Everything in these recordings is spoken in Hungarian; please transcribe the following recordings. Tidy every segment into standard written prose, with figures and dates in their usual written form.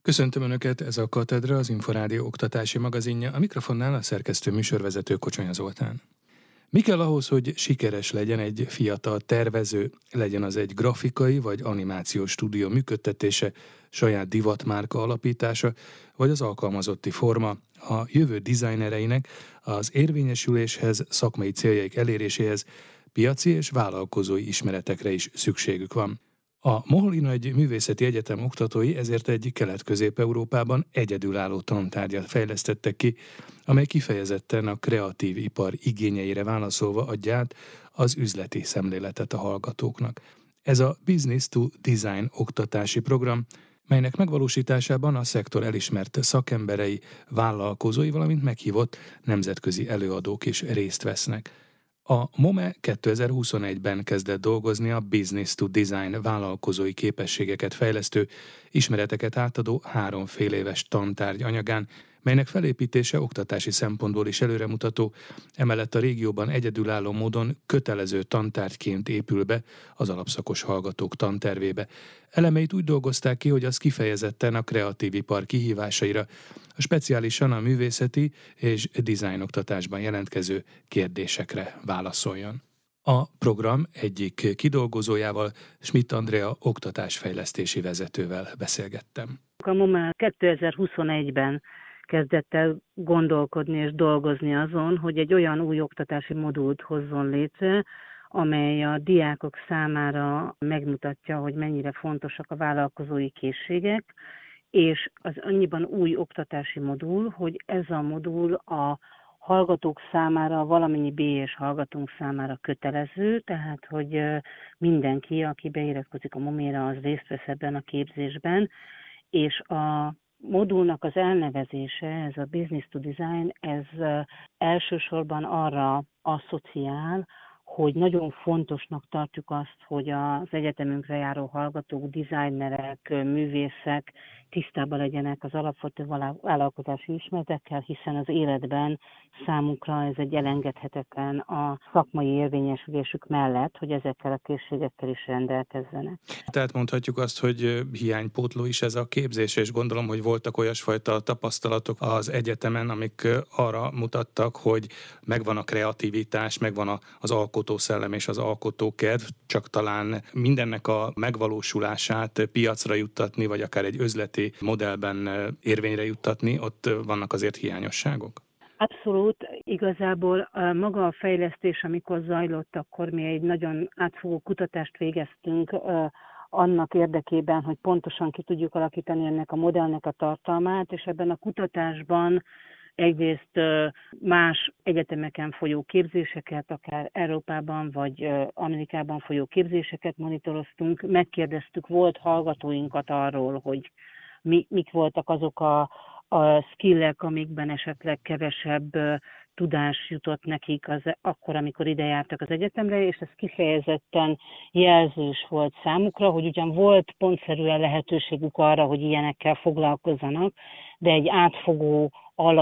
Köszöntöm Önöket, ez a Katedra, az Inforádió oktatási magazinja, a mikrofonnál a szerkesztő műsorvezető Kocsonya Zoltán. Mi kell ahhoz, hogy sikeres legyen egy fiatal tervező, legyen az egy grafikai vagy animációs stúdió működtetése, saját divatmárka alapítása, vagy az alkalmazotti forma, a jövő dizájnereinek az érvényesüléshez, szakmai céljaik eléréséhez piaci és vállalkozói ismeretekre is szükségük van. A Moholy Nagy Művészeti Egyetem oktatói ezért egy Kelet-Közép-Európában egyedülálló tantárgyat fejlesztettek ki, amely kifejezetten a kreatív ipar igényeire válaszolva adja át az üzleti szemléletet a hallgatóknak. Ez a Business to Design oktatási program, melynek megvalósításában a szektor elismert szakemberei, vállalkozói, valamint meghívott nemzetközi előadók is részt vesznek. A MOME 2021-ben kezdett dolgozni a Business to Design vállalkozói képességeket fejlesztő, ismereteket átadó 3 féléves tantárgy anyagán, melynek felépítése oktatási szempontból is előremutató, emellett a régióban egyedülálló módon kötelező tantárgyként épül be az alapszakos hallgatók tantervébe. Elemeit úgy dolgozták ki, hogy az kifejezetten a kreatív ipar kihívásaira, speciálisan a művészeti és design oktatásban jelentkező kérdésekre válaszoljon. A program egyik kidolgozójával, Schmidt Andrea oktatásfejlesztési vezetővel beszélgettem. A MOME 2021-ben kezdett el gondolkodni és dolgozni azon, hogy egy olyan új oktatási modult hozzon létre, amely a diákok számára megmutatja, hogy mennyire fontosak a vállalkozói készségek, és az annyiban új oktatási modul, hogy ez a modul a hallgatók számára, valamennyi BS hallgatónk számára kötelező, tehát hogy mindenki, aki beiratkozik a MOME-re, az részt vesz ebben a képzésben, és a modulnak az elnevezése, ez a Business to Design, ez elsősorban arra asszociál, hogy nagyon fontosnak tartjuk azt, hogy az egyetemünkre járó hallgatók, designerek, művészek tisztában legyenek az alapvető vállalkozási ismeretekkel, hiszen az életben számukra ez egy elengedhetetlen a szakmai érvényesülésük mellett, hogy ezekkel a készségekkel is rendelkezzenek. Tehát mondhatjuk azt, hogy hiánypótló is ez a képzés, és gondolom, hogy voltak olyasfajta tapasztalatok az egyetemen, amik arra mutattak, hogy megvan a kreativitás, megvan az alkotószellem és az alkotókedv, csak talán mindennek a megvalósulását piacra juttatni, vagy akár egy üzleti modellben érvényre juttatni, ott vannak azért hiányosságok? Abszolút, igazából maga a fejlesztés, amikor zajlott, akkor mi egy nagyon átfogó kutatást végeztünk annak érdekében, hogy pontosan ki tudjuk alakítani ennek a modellnek a tartalmát, és ebben a kutatásban egyrészt más egyetemeken folyó képzéseket, akár Európában vagy Amerikában folyó képzéseket monitoroztunk, megkérdeztük volt hallgatóinkat arról, hogy mik voltak azok a skillek, amikben esetleg kevesebb tudás jutott nekik akkor, amikor ide jártak az egyetemre, és ez kifejezetten jelzős volt számukra, hogy ugyan volt pontszerűen lehetőségük arra, hogy ilyenekkel foglalkozzanak, de egy átfogó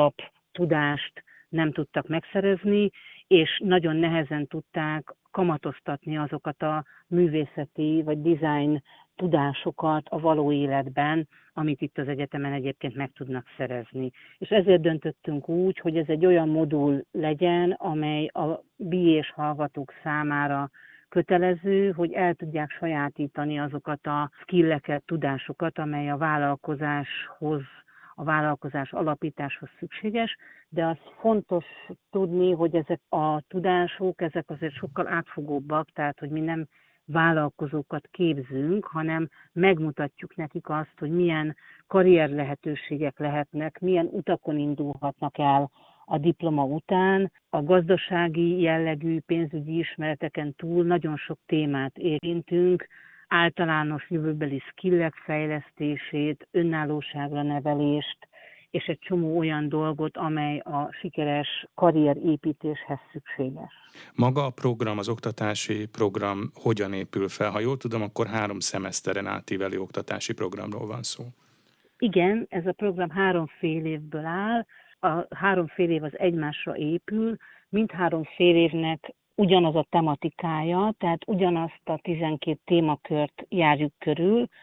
alaptudást nem tudtak megszerezni, és nagyon nehezen tudták kamatoztatni azokat a művészeti vagy design tudásokat a való életben, amit itt az egyetemen egyébként meg tudnak szerezni. És ezért döntöttünk úgy, hogy ez egy olyan modul legyen, amely a BS hallgatók számára kötelező, hogy el tudják sajátítani azokat a skilleket, tudásokat, amely a vállalkozáshoz, a vállalkozás alapításhoz szükséges, de az fontos tudni, hogy ezek a tudások, ezek azért sokkal átfogóbbak, tehát hogy mi nem vállalkozókat képzünk, hanem megmutatjuk nekik azt, hogy milyen karrier lehetőségek lehetnek, milyen utakon indulhatnak el a diploma után. A gazdasági jellegű pénzügyi ismereteken túl nagyon sok témát érintünk, általános jövőbeli skillek fejlesztését, önállóságra nevelést, és egy csomó olyan dolgot, amely a sikeres karrierépítéshez szükséges. Maga a program, az oktatási program hogyan épül fel? Ha jól tudom, akkor 3 szemeszteren átívelő oktatási programról van szó. Igen, ez a program 3 fél évből áll, a 3 fél év az egymásra épül, mindhárom fél évnek ugyanaz a tematikája, tehát ugyanazt a 12 témakört járjuk körül,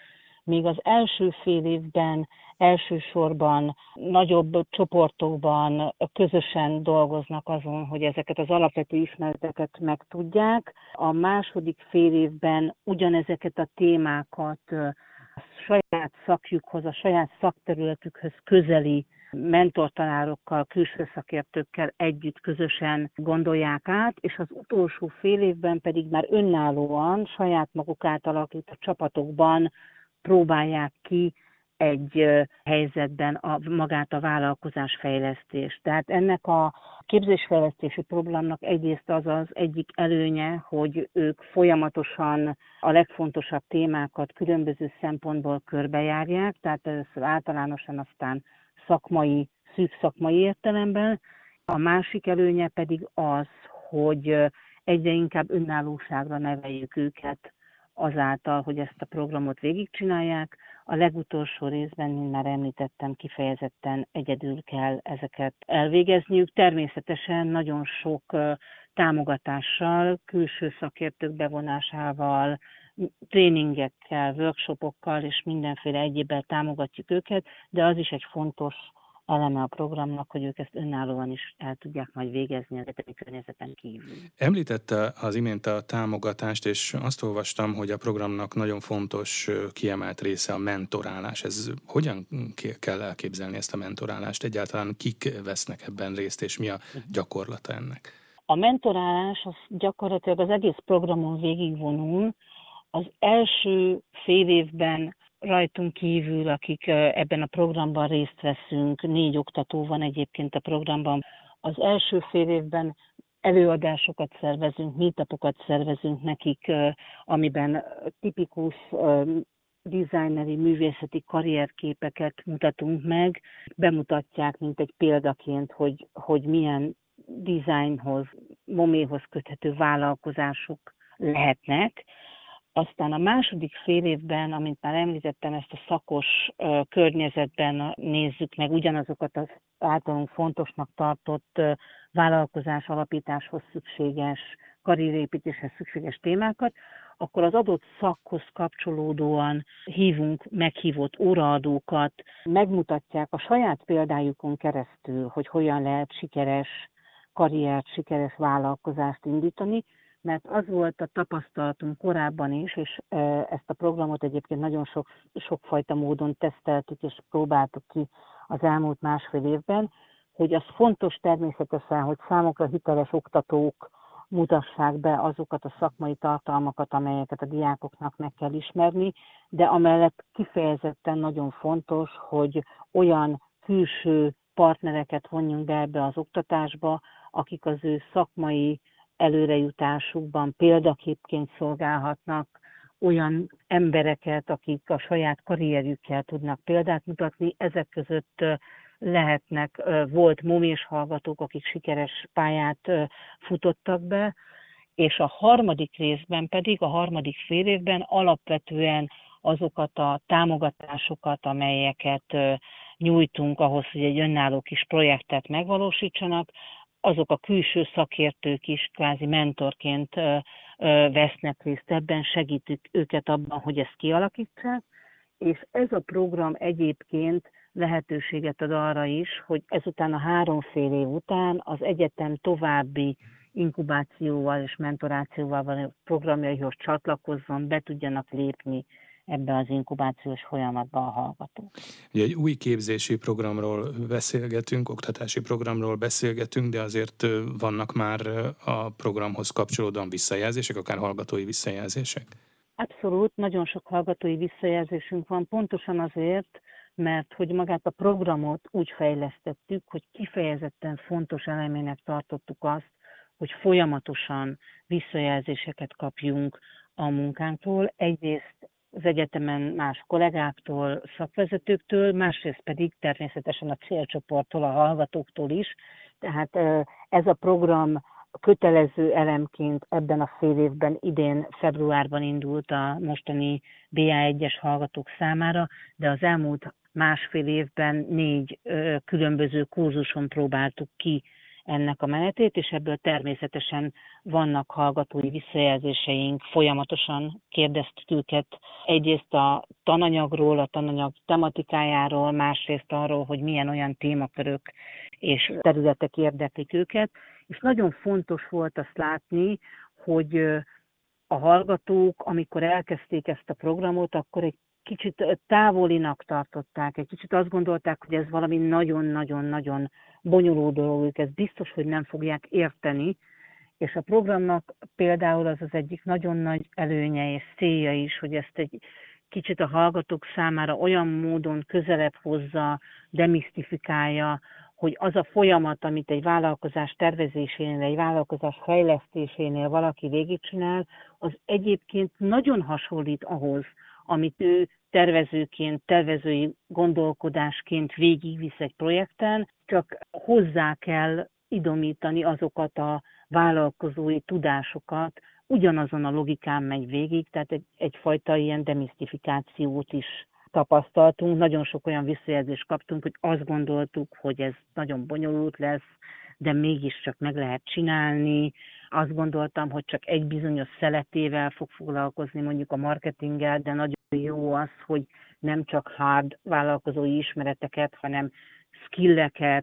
Még az első fél évben elsősorban nagyobb csoportokban közösen dolgoznak azon, hogy ezeket az alapvető ismereteket megtudják. A második fél évben ugyanezeket a témákat a saját szakjukhoz, a saját szakterületükhöz közeli mentortanárokkal, külső szakértőkkel együtt közösen gondolják át, és az utolsó fél évben pedig már önállóan, saját maguk által alakított csapatokban próbálják ki egy helyzetben magát a vállalkozásfejlesztést. Tehát ennek a képzésfejlesztési programnak egyrészt az az egyik előnye, hogy ők folyamatosan a legfontosabb témákat különböző szempontból körbejárják, tehát először általánosan, aztán szakmai, szűk szakmai értelemben. A másik előnye pedig az, hogy egyre inkább önállóságra neveljük őket azáltal, hogy ezt a programot végigcsinálják. A legutolsó részben, mint már említettem, kifejezetten egyedül kell ezeket elvégezniük. Természetesen nagyon sok támogatással, külső szakértők bevonásával, tréningekkel, workshopokkal és mindenféle egyébben támogatjuk őket, de az is egy fontos eleme a programnak, hogy ők ezt önállóan is el tudják majd végezni az egyetemi környezeten kívül. Említette az imént a támogatást, és azt olvastam, hogy a programnak nagyon fontos, kiemelt része a mentorálás. Ez hogyan kell elképzelni ezt a mentorálást? Egyáltalán kik vesznek ebben részt, és mi a gyakorlata ennek? A mentorálás az gyakorlatilag az egész programon végigvonul. Az első fél évben rajtunk kívül, akik ebben a programban részt veszünk, 4 oktató van egyébként a programban. Az első fél évben előadásokat szervezünk, meetupokat szervezünk nekik, amiben tipikus designeri, művészeti karrierképeket mutatunk meg. Bemutatják, mint egy példaként, hogy milyen designhoz, moméhoz köthető vállalkozások lehetnek. Aztán a második fél évben, amint már említettem, ezt a szakos környezetben nézzük meg ugyanazokat az általunk fontosnak tartott vállalkozás alapításhoz szükséges, karrierépítéshez szükséges témákat, akkor az adott szakhoz kapcsolódóan hívunk meghívott óraadókat, megmutatják a saját példájukon keresztül, hogy hogyan lehet sikeres karriert, sikeres vállalkozást indítani, mert az volt a tapasztalatunk korábban is, és ezt a programot egyébként nagyon sokfajta módon teszteltük és próbáltuk ki az elmúlt másfél évben, hogy az fontos természetesen, hogy számukra hiteles oktatók mutassák be azokat a szakmai tartalmakat, amelyeket a diákoknak meg kell ismerni, de amellett kifejezetten nagyon fontos, hogy olyan külső partnereket vonjunk be ebbe az oktatásba, akik az ő szakmai előrejutásukban példaképként szolgálhatnak, olyan embereket, akik a saját karrierjükkel tudnak példát mutatni. Ezek között lehetnek volt momés hallgatók, akik sikeres pályát futottak be, és a harmadik részben pedig, a harmadik fél évben alapvetően azokat a támogatásokat, amelyeket nyújtunk ahhoz, hogy egy önálló kis projektet megvalósítsanak, azok a külső szakértők is kvázi mentorként vesznek részt ebben, segítjük őket abban, hogy ezt kialakítsák, és ez a program egyébként lehetőséget ad arra is, hogy ezután a 3 fél év után az egyetem további inkubációval és mentorációval való programjaihoz csatlakozzon, be tudjanak lépni ebbe az inkubációs folyamatba a hallgatók. Ugye egy új képzési programról beszélgetünk, oktatási programról beszélgetünk, de azért vannak már a programhoz kapcsolódóan visszajelzések, akár hallgatói visszajelzések? Abszolút, nagyon sok hallgatói visszajelzésünk van, pontosan azért, mert hogy magát a programot úgy fejlesztettük, hogy kifejezetten fontos elemének tartottuk azt, hogy folyamatosan visszajelzéseket kapjunk a munkánktól. Egyrészt az egyetemen más kollégáktól, szakvezetőktől, másrészt pedig természetesen a célcsoporttól, a hallgatóktól is. Tehát ez a program kötelező elemként ebben a fél évben, idén februárban indult a mostani BA1-es hallgatók számára, de az elmúlt másfél évben 4 különböző kurzuson próbáltuk ki ennek a menetét, és ebből természetesen vannak hallgatói visszajelzéseink, folyamatosan kérdeztük őket egyrészt a tananyagról, a tananyag tematikájáról, másrészt arról, hogy milyen olyan témakörök és területek érdeklik őket, és nagyon fontos volt azt látni, hogy a hallgatók, amikor elkezdték ezt a programot, akkor egy kicsit távolinak tartották, egy kicsit azt gondolták, hogy ez valami nagyon-nagyon-nagyon bonyolult dolog, ők ezt biztos, hogy nem fogják érteni, és a programnak például az egyik nagyon nagy előnye és célja is, hogy ezt egy kicsit a hallgatók számára olyan módon közelebb hozza, demisztifikálja, hogy az a folyamat, amit egy vállalkozás tervezésénél, egy vállalkozás fejlesztésénél valaki végigcsinál, az egyébként nagyon hasonlít ahhoz, amit ő tervezőként, tervezői gondolkodásként végigvisz egy projekten, csak hozzá kell idomítani azokat a vállalkozói tudásokat, ugyanazon a logikán megy végig, tehát egyfajta ilyen demisztifikációt is tapasztaltunk. Nagyon sok olyan visszajelzést kaptunk, hogy azt gondoltuk, hogy ez nagyon bonyolult lesz, de mégiscsak meg lehet csinálni. Azt gondoltam, hogy csak egy bizonyos szeletével fog foglalkozni mondjuk a marketinggel, de nagyon jó az, hogy nem csak hard vállalkozói ismereteket, hanem skilleket,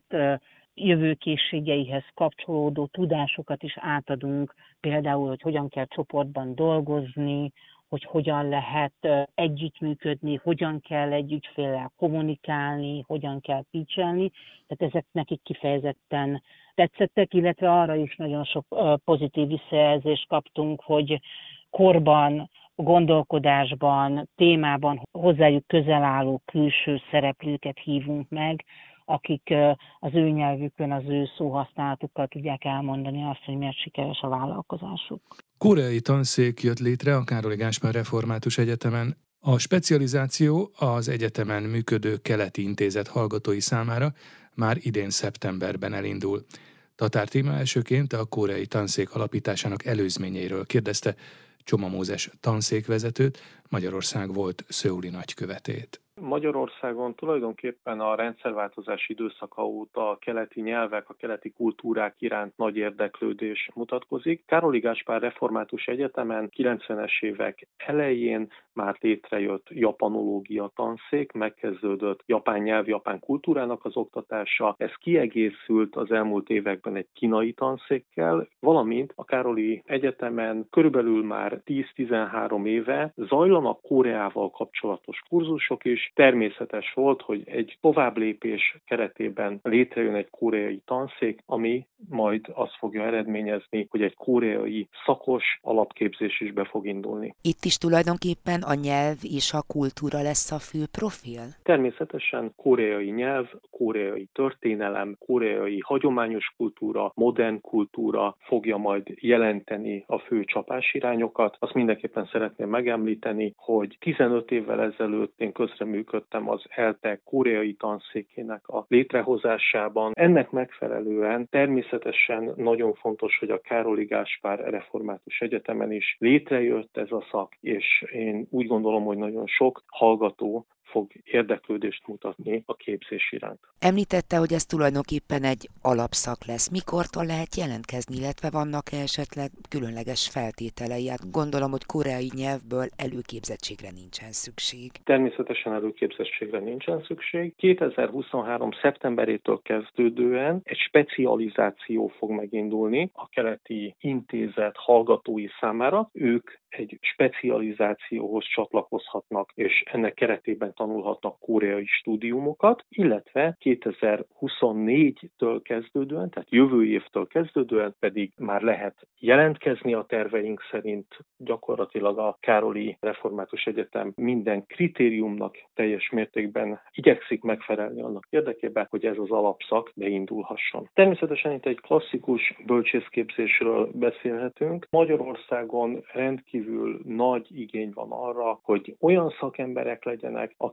jövőkészségeihez kapcsolódó tudásokat is átadunk, például, hogy hogyan kell csoportban dolgozni, hogy hogyan lehet együttműködni, hogyan kell egy ügyféllel kommunikálni, hogyan kell pitchelni. Tehát ezek nekik kifejezetten tetszettek, illetve arra is nagyon sok pozitív visszajelzést kaptunk, hogy korban, gondolkodásban, témában hozzájuk közel álló külső szereplőket hívunk meg, akik az ő nyelvükön, az ő szóhasználatukkal tudják elmondani azt, hogy miért sikeres a vállalkozásuk. Koreai tanszék jött létre a Károly Gáspár Református Egyetemen. A specializáció az egyetemen működő keleti intézet hallgatói számára már idén szeptemberben elindul. Tatár Tíma elsőként a koreai tanszék alapításának előzményeiről kérdezte Csoma Mózes tanszékvezetőt, Magyarország volt szöuli nagykövetét. Magyarországon tulajdonképpen a rendszerváltozás időszaka óta a keleti nyelvek, a keleti kultúrák iránt nagy érdeklődés mutatkozik. Károly Gáspár Református Egyetemen 90-es évek elején már létrejött japanológia tanszék, megkezdődött japán nyelv, japán kultúrának az oktatása. Ez kiegészült az elmúlt években egy kínai tanszékkel, valamint a Károlyi Egyetemen körülbelül már 10-13 éve zajlanak Koreával kapcsolatos kurzusok is. Természetes volt, hogy egy továbblépés keretében létrejön egy koreai tanszék, ami majd azt fogja eredményezni, hogy egy koreai szakos alapképzés is be fog indulni. Itt is tulajdonképpen a nyelv és a kultúra lesz a fő profil? Természetesen koreai nyelv, koreai történelem, koreai hagyományos kultúra, modern kultúra fogja majd jelenteni a fő csapásirányokat. Azt mindenképpen szeretném megemlíteni, hogy 15 évvel ezelőtt én közreműködtem az ELTE koreai tanszékének a létrehozásában. Ennek megfelelően természetesen nagyon fontos, hogy a Károly Gáspár Református Egyetemen is létrejött ez a szak, és én úgy gondolom, hogy nagyon sok hallgató fog érdeklődést mutatni a képzés iránt. Említette, hogy ez tulajdonképpen egy alapszak lesz. Mikortól lehet jelentkezni, illetve vannak-e esetleg különleges feltételei? Hát gondolom, hogy koreai nyelvből előképzettségre nincsen szükség. Természetesen előképzettségre nincsen szükség. 2023. szeptemberétől kezdődően egy specializáció fog megindulni a keleti intézet hallgatói számára. Ők egy specializációhoz csatlakozhatnak, és ennek keretében tanulhatnak koreai stúdiumokat, illetve 2024-től kezdődően, tehát jövő évtől kezdődően pedig már lehet jelentkezni a terveink szerint. Gyakorlatilag a Károlyi Református Egyetem minden kritériumnak teljes mértékben igyekszik megfelelni annak érdekében, hogy ez az alapszak beindulhasson. Természetesen itt egy klasszikus bölcsészképzésről beszélhetünk. Magyarországon rendkívül nagy igény van arra, hogy olyan szakemberek legyenek,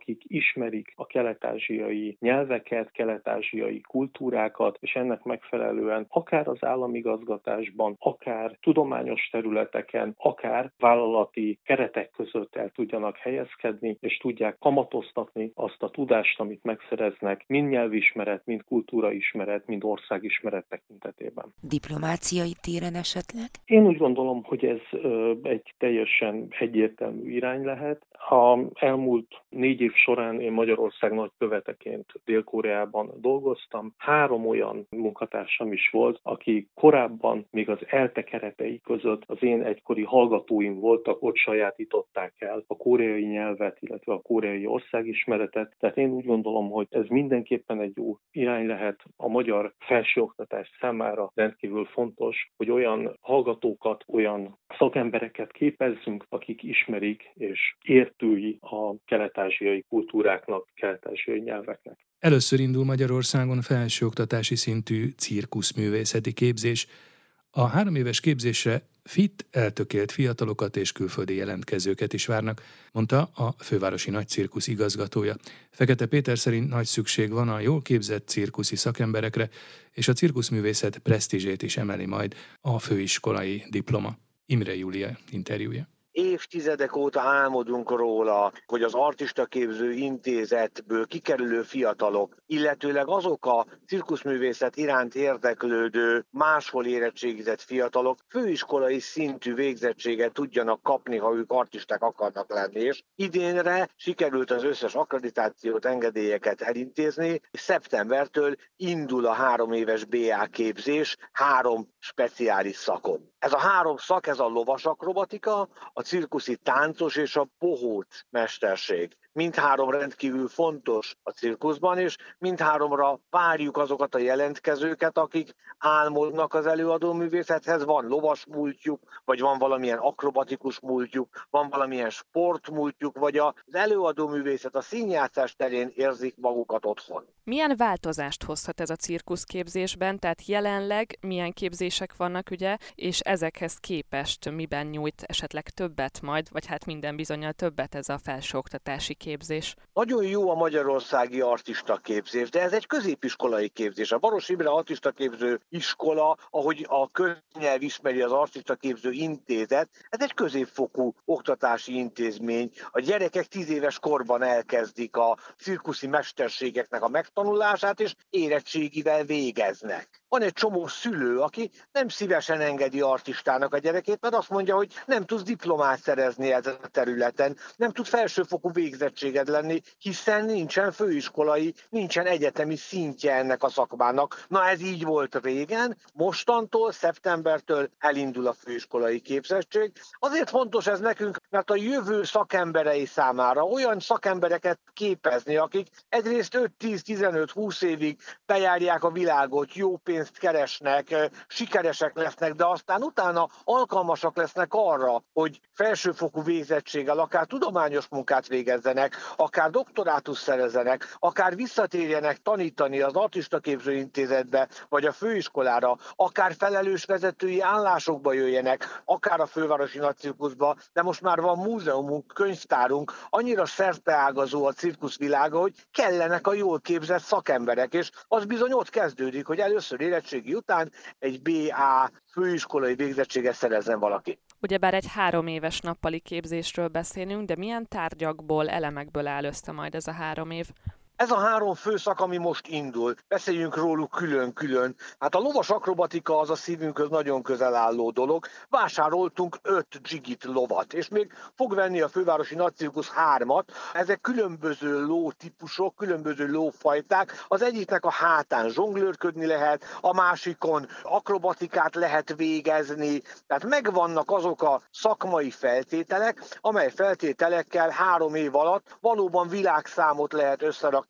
akik ismerik a kelet-ázsiai nyelveket, kelet-ázsiai kultúrákat, és ennek megfelelően akár az államigazgatásban, akár tudományos területeken, akár vállalati keretek között el tudjanak helyezkedni, és tudják kamatoztatni azt a tudást, amit megszereznek, mind nyelvismeret, mind kultúraismeret, mind országismeret tekintetében. Diplomáciai téren esetleg? Én úgy gondolom, hogy ez egy teljesen egyértelmű irány lehet. A elmúlt 4 év során én Magyarország nagyköveteként Dél-Koreában dolgoztam. 3 olyan munkatársam is volt, aki korábban még az ELTE keretei között az én egykori hallgatóim voltak, ott sajátították el a koreai nyelvet, illetve a koreai országismeretet. Tehát én úgy gondolom, hogy ez mindenképpen egy jó irány lehet a magyar felsőoktatás számára. Rendkívül fontos, hogy olyan hallgatókat, olyan szakembereket képezzünk, akik ismerik és értői a kelet-ázsiai kultúráknak, kelet-ázsiai nyelveknek. Először indul Magyarországon felsőoktatási szintű cirkuszművészeti képzés. A 3 éves képzésre fit, eltökélt fiatalokat és külföldi jelentkezőket is várnak, mondta a fővárosi nagycirkusz igazgatója. Fekete Péter szerint nagy szükség van a jól képzett cirkuszi szakemberekre, és a cirkuszművészet presztízsét is emeli majd a főiskolai diploma. Imre Júlia interjúja. Évtizedek óta álmodunk róla, hogy az Artistaképző Intézetből kikerülő fiatalok, illetőleg azok a cirkuszművészet iránt érdeklődő, máshol érettségizett fiatalok főiskolai szintű végzettséget tudjanak kapni, ha ők artisták akarnak lenni. És idénre sikerült az összes akkreditációt, engedélyeket elintézni, és szeptembertől indul a 3 éves BA képzés 3 speciális szakon. Ez a 3 szak, ez a lovasakrobatika, a cirkuszi táncos és a bohóc mesterség. Mindhárom rendkívül fontos a cirkuszban, és mindháromra várjuk azokat a jelentkezőket, akik álmodnak az előadó művészethez. Van lovas múltjuk, vagy van valamilyen akrobatikus múltjuk, van valamilyen sportmúltjuk, vagy az előadó művészet a színjátszás terén érzik magukat otthon. Milyen változást hozhat ez a cirkuszképzésben, tehát jelenleg milyen képzések vannak, ugye, és ezekhez képest miben nyújt esetleg többet majd, vagy hát minden bizonnyal többet ez a felsőoktatási képzés? Nagyon jó a magyarországi artistaképzés, de ez egy középiskolai képzés. A Baross Imre Artistaképző Iskola, ahogy a köznyelv ismeri az Artistaképző Intézet, ez egy középfokú oktatási intézmény. A gyerekek 10 éves korban elkezdik a cirkuszi mesterségeknek a megtanulását, és érettségivel végeznek. Van egy csomó szülő, aki nem szívesen engedi artistának a gyerekét, mert azt mondja, hogy nem tudsz diplomát szerezni ezen a területen, nem tud felsőfokú végzettséged lenni, hiszen nincsen főiskolai, nincsen egyetemi szintje ennek a szakmának. Na ez így volt régen, mostantól, szeptembertől elindul a főiskolai képzettség. Azért fontos ez nekünk, mert a jövő szakemberei számára olyan szakembereket képezni, akik egyrészt 5-10-15-20 évig bejárják a világot, jó pénzt keresnek, sikeresek lesznek, de aztán utána alkalmasak lesznek arra, hogy felsőfokú végzettséggel akár tudományos munkát végezzenek, akár doktorátus szerezzenek, akár visszatérjenek tanítani az Artistaképző Intézetbe, vagy a főiskolára, akár felelős vezetői állásokba jöjjenek, akár a fővárosi nagycirkuszba, de most már van múzeumunk, könyvtárunk, annyira szerteágazó a cirkuszvilága, hogy kellenek a jól képzett szakemberek, és az bizony ott kezdődik, hogy először érettségi után egy BA főiskolai végzettséget szerezzen valaki. Ugyebár egy 3 éves nappali képzésről beszélünk, de milyen tárgyakból, elemekből áll össze majd ez a 3 év? Ez a 3 főszak, ami most indul, beszéljünk róluk külön-külön. Hát a lovas akrobatika az a szívünkhöz nagyon közel álló dolog. Vásároltunk 5 dzsigit lovat, és még fog venni a fővárosi nagycirkusz 3-at. Ezek különböző lótípusok, különböző lófajták. Az egyiknek a hátán zsonglőrködni lehet, a másikon akrobatikát lehet végezni. Tehát megvannak azok a szakmai feltételek, amely feltételekkel 3 év alatt valóban világszámot lehet összerakni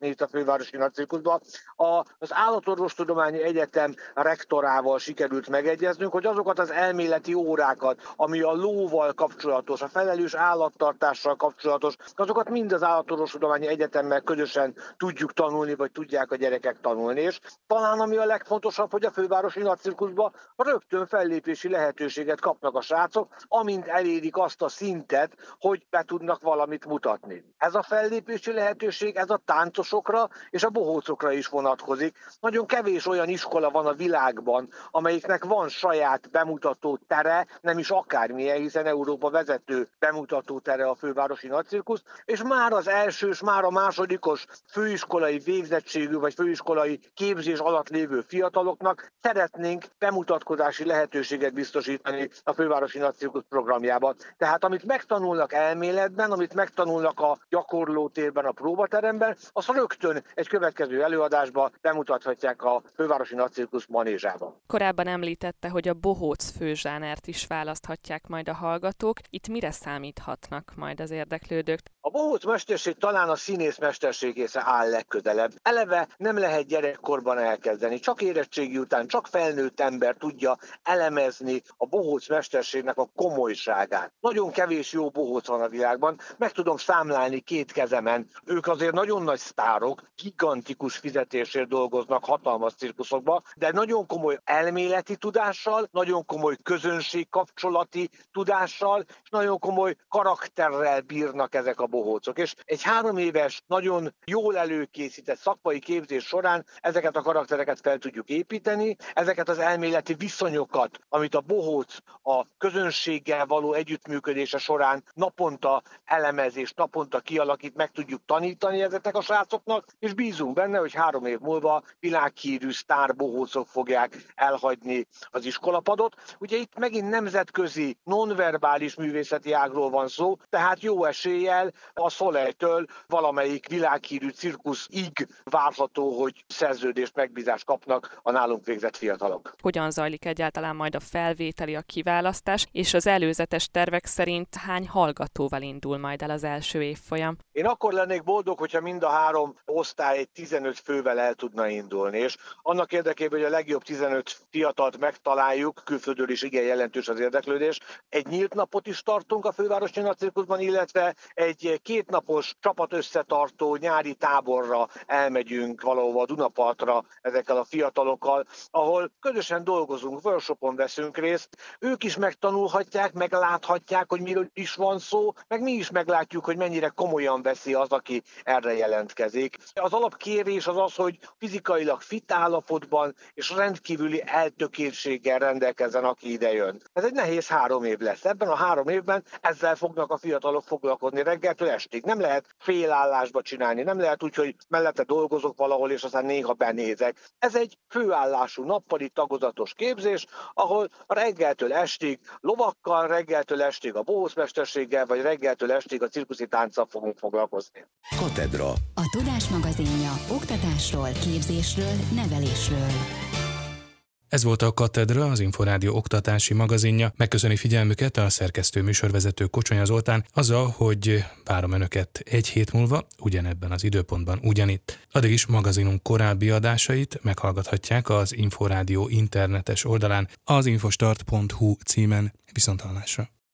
bemutatni itt a Fővárosi Nagycirkuszba. Az Állatorvostudományi Egyetem rektorával sikerült megegyeznünk, hogy azokat az elméleti órákat, ami a lóval kapcsolatos, a felelős állattartással kapcsolatos, azokat mind az Állatorvostudományi Egyetemmel közösen tudjuk tanulni, vagy tudják a gyerekek tanulni. És talán ami a legfontosabb, hogy a Fővárosi Nagycirkuszba rögtön fellépési lehetőséget kapnak a srácok, amint elérik azt a szintet, hogy be tudnak valamit mutatni. Ez a fellépési lehetőség, ez a táncosokra és a bohócokra is vonatkozik. Nagyon kevés olyan iskola van a világban, amelyiknek van saját bemutató tere, nem is akármilyen, hiszen Európa vezető bemutató tere a Fővárosi Nagycirkusz, és már az elsős, már a másodikos főiskolai végzettségű vagy főiskolai képzés alatt lévő fiataloknak szeretnénk bemutatkozási lehetőséget biztosítani a Fővárosi Nagycirkusz programjában. Tehát amit megtanulnak elméletben, amit megtanulnak a gyakorlótérben, a próbateremben, azt rögtön egy következő előadásban bemutathatják a Fővárosi Nagycirkusz manézsában. Korábban említette, hogy a bohóc főzsánert is választhatják majd a hallgatók. Itt mire számíthatnak majd az érdeklődők? A bohóc mesterség talán a színész mesterségéhez áll legközelebb. Eleve nem lehet gyerekkorban elkezdeni, csak érettségi után, csak felnőtt ember tudja elemezni a bohóc mesterségnek a komolyságát. Nagyon kevés jó bohóc van a világban, meg tudom számlálni két kezemen. Ők azért nagyon nagy sztárok, gigantikus fizetésért dolgoznak hatalmas cirkuszokba, de nagyon komoly elméleti tudással, nagyon komoly közönségkapcsolati tudással, és nagyon komoly karakterrel bírnak ezek a bohócok. És egy 3 éves, nagyon jól előkészített szakmai képzés során ezeket a karaktereket fel tudjuk építeni, ezeket az elméleti viszonyokat, amit a bohóc a közönséggel való együttműködése során naponta elemezés, naponta kialakít, meg tudjuk tanítani ezeknek a srácoknak, és bízunk benne, hogy 3 év múlva világhírű sztár bohócok fogják elhagyni az iskolapadot. Ugye itt megint nemzetközi, nonverbális művészeti ágról van szó, tehát jó eséllyel a Soleil-től valamelyik világhírű cirkuszig várható, hogy szerződést, megbízást kapnak a nálunk végzett fiatalok. Hogyan zajlik egyáltalán majd a felvételi, a kiválasztás, és az előzetes tervek szerint hány hallgatóval indul majd el az első évfolyam? Én akkor lennék boldog, hogyha mind a 3 osztály egy 15 fővel el tudna indulni, és annak érdekében, hogy a legjobb 15 fiatalt megtaláljuk, külföldről is igen jelentős az érdeklődés, egy nyílt napot is tartunk a Fővárosi Nagycirkuszban, illetve egy 2 napos csapat összetartó nyári táborra elmegyünk valahova a Dunapartra ezekkel a fiatalokkal, ahol közösen dolgozunk, workshopon veszünk részt, ők is megtanulhatják, megláthatják, hogy miről is van szó, meg mi is meglátjuk, hogy mennyire komolyan veszi az, aki erre jelentkezik. Az alapkérés az az, hogy fizikailag fit állapotban és rendkívüli eltökéltséggel rendelkezzen, aki ide jön. Ez egy nehéz 3 év lesz. Ebben a 3 évben ezzel fognak a fiatalok foglalkozni reggeltől estig. Nem lehet félállásba csinálni, nem lehet úgy, hogy mellette dolgozok valahol, és aztán néha benézek. Ez egy főállású nappali tagozatos képzés, ahol reggeltől estig lovakkal, reggeltől estig a bohócmesterséggel, vagy reggeltől estig a cirkuszi tánccal fogunk foglalkozni. Katedra. A Tudás magazinja oktatásról, képzésről, nevelésről. Ez volt a Katedra, az Inforádió oktatási magazinja. Megköszöni figyelmüket a szerkesztő műsorvezető Kocsonya Zoltán azzal, hogy várom Önöket egy hét múlva, ugyanebben az időpontban, ugyanitt. Addig is magazinunk korábbi adásait meghallgathatják az Inforádió internetes oldalán, az infostart.hu címen. Viszonthallásra.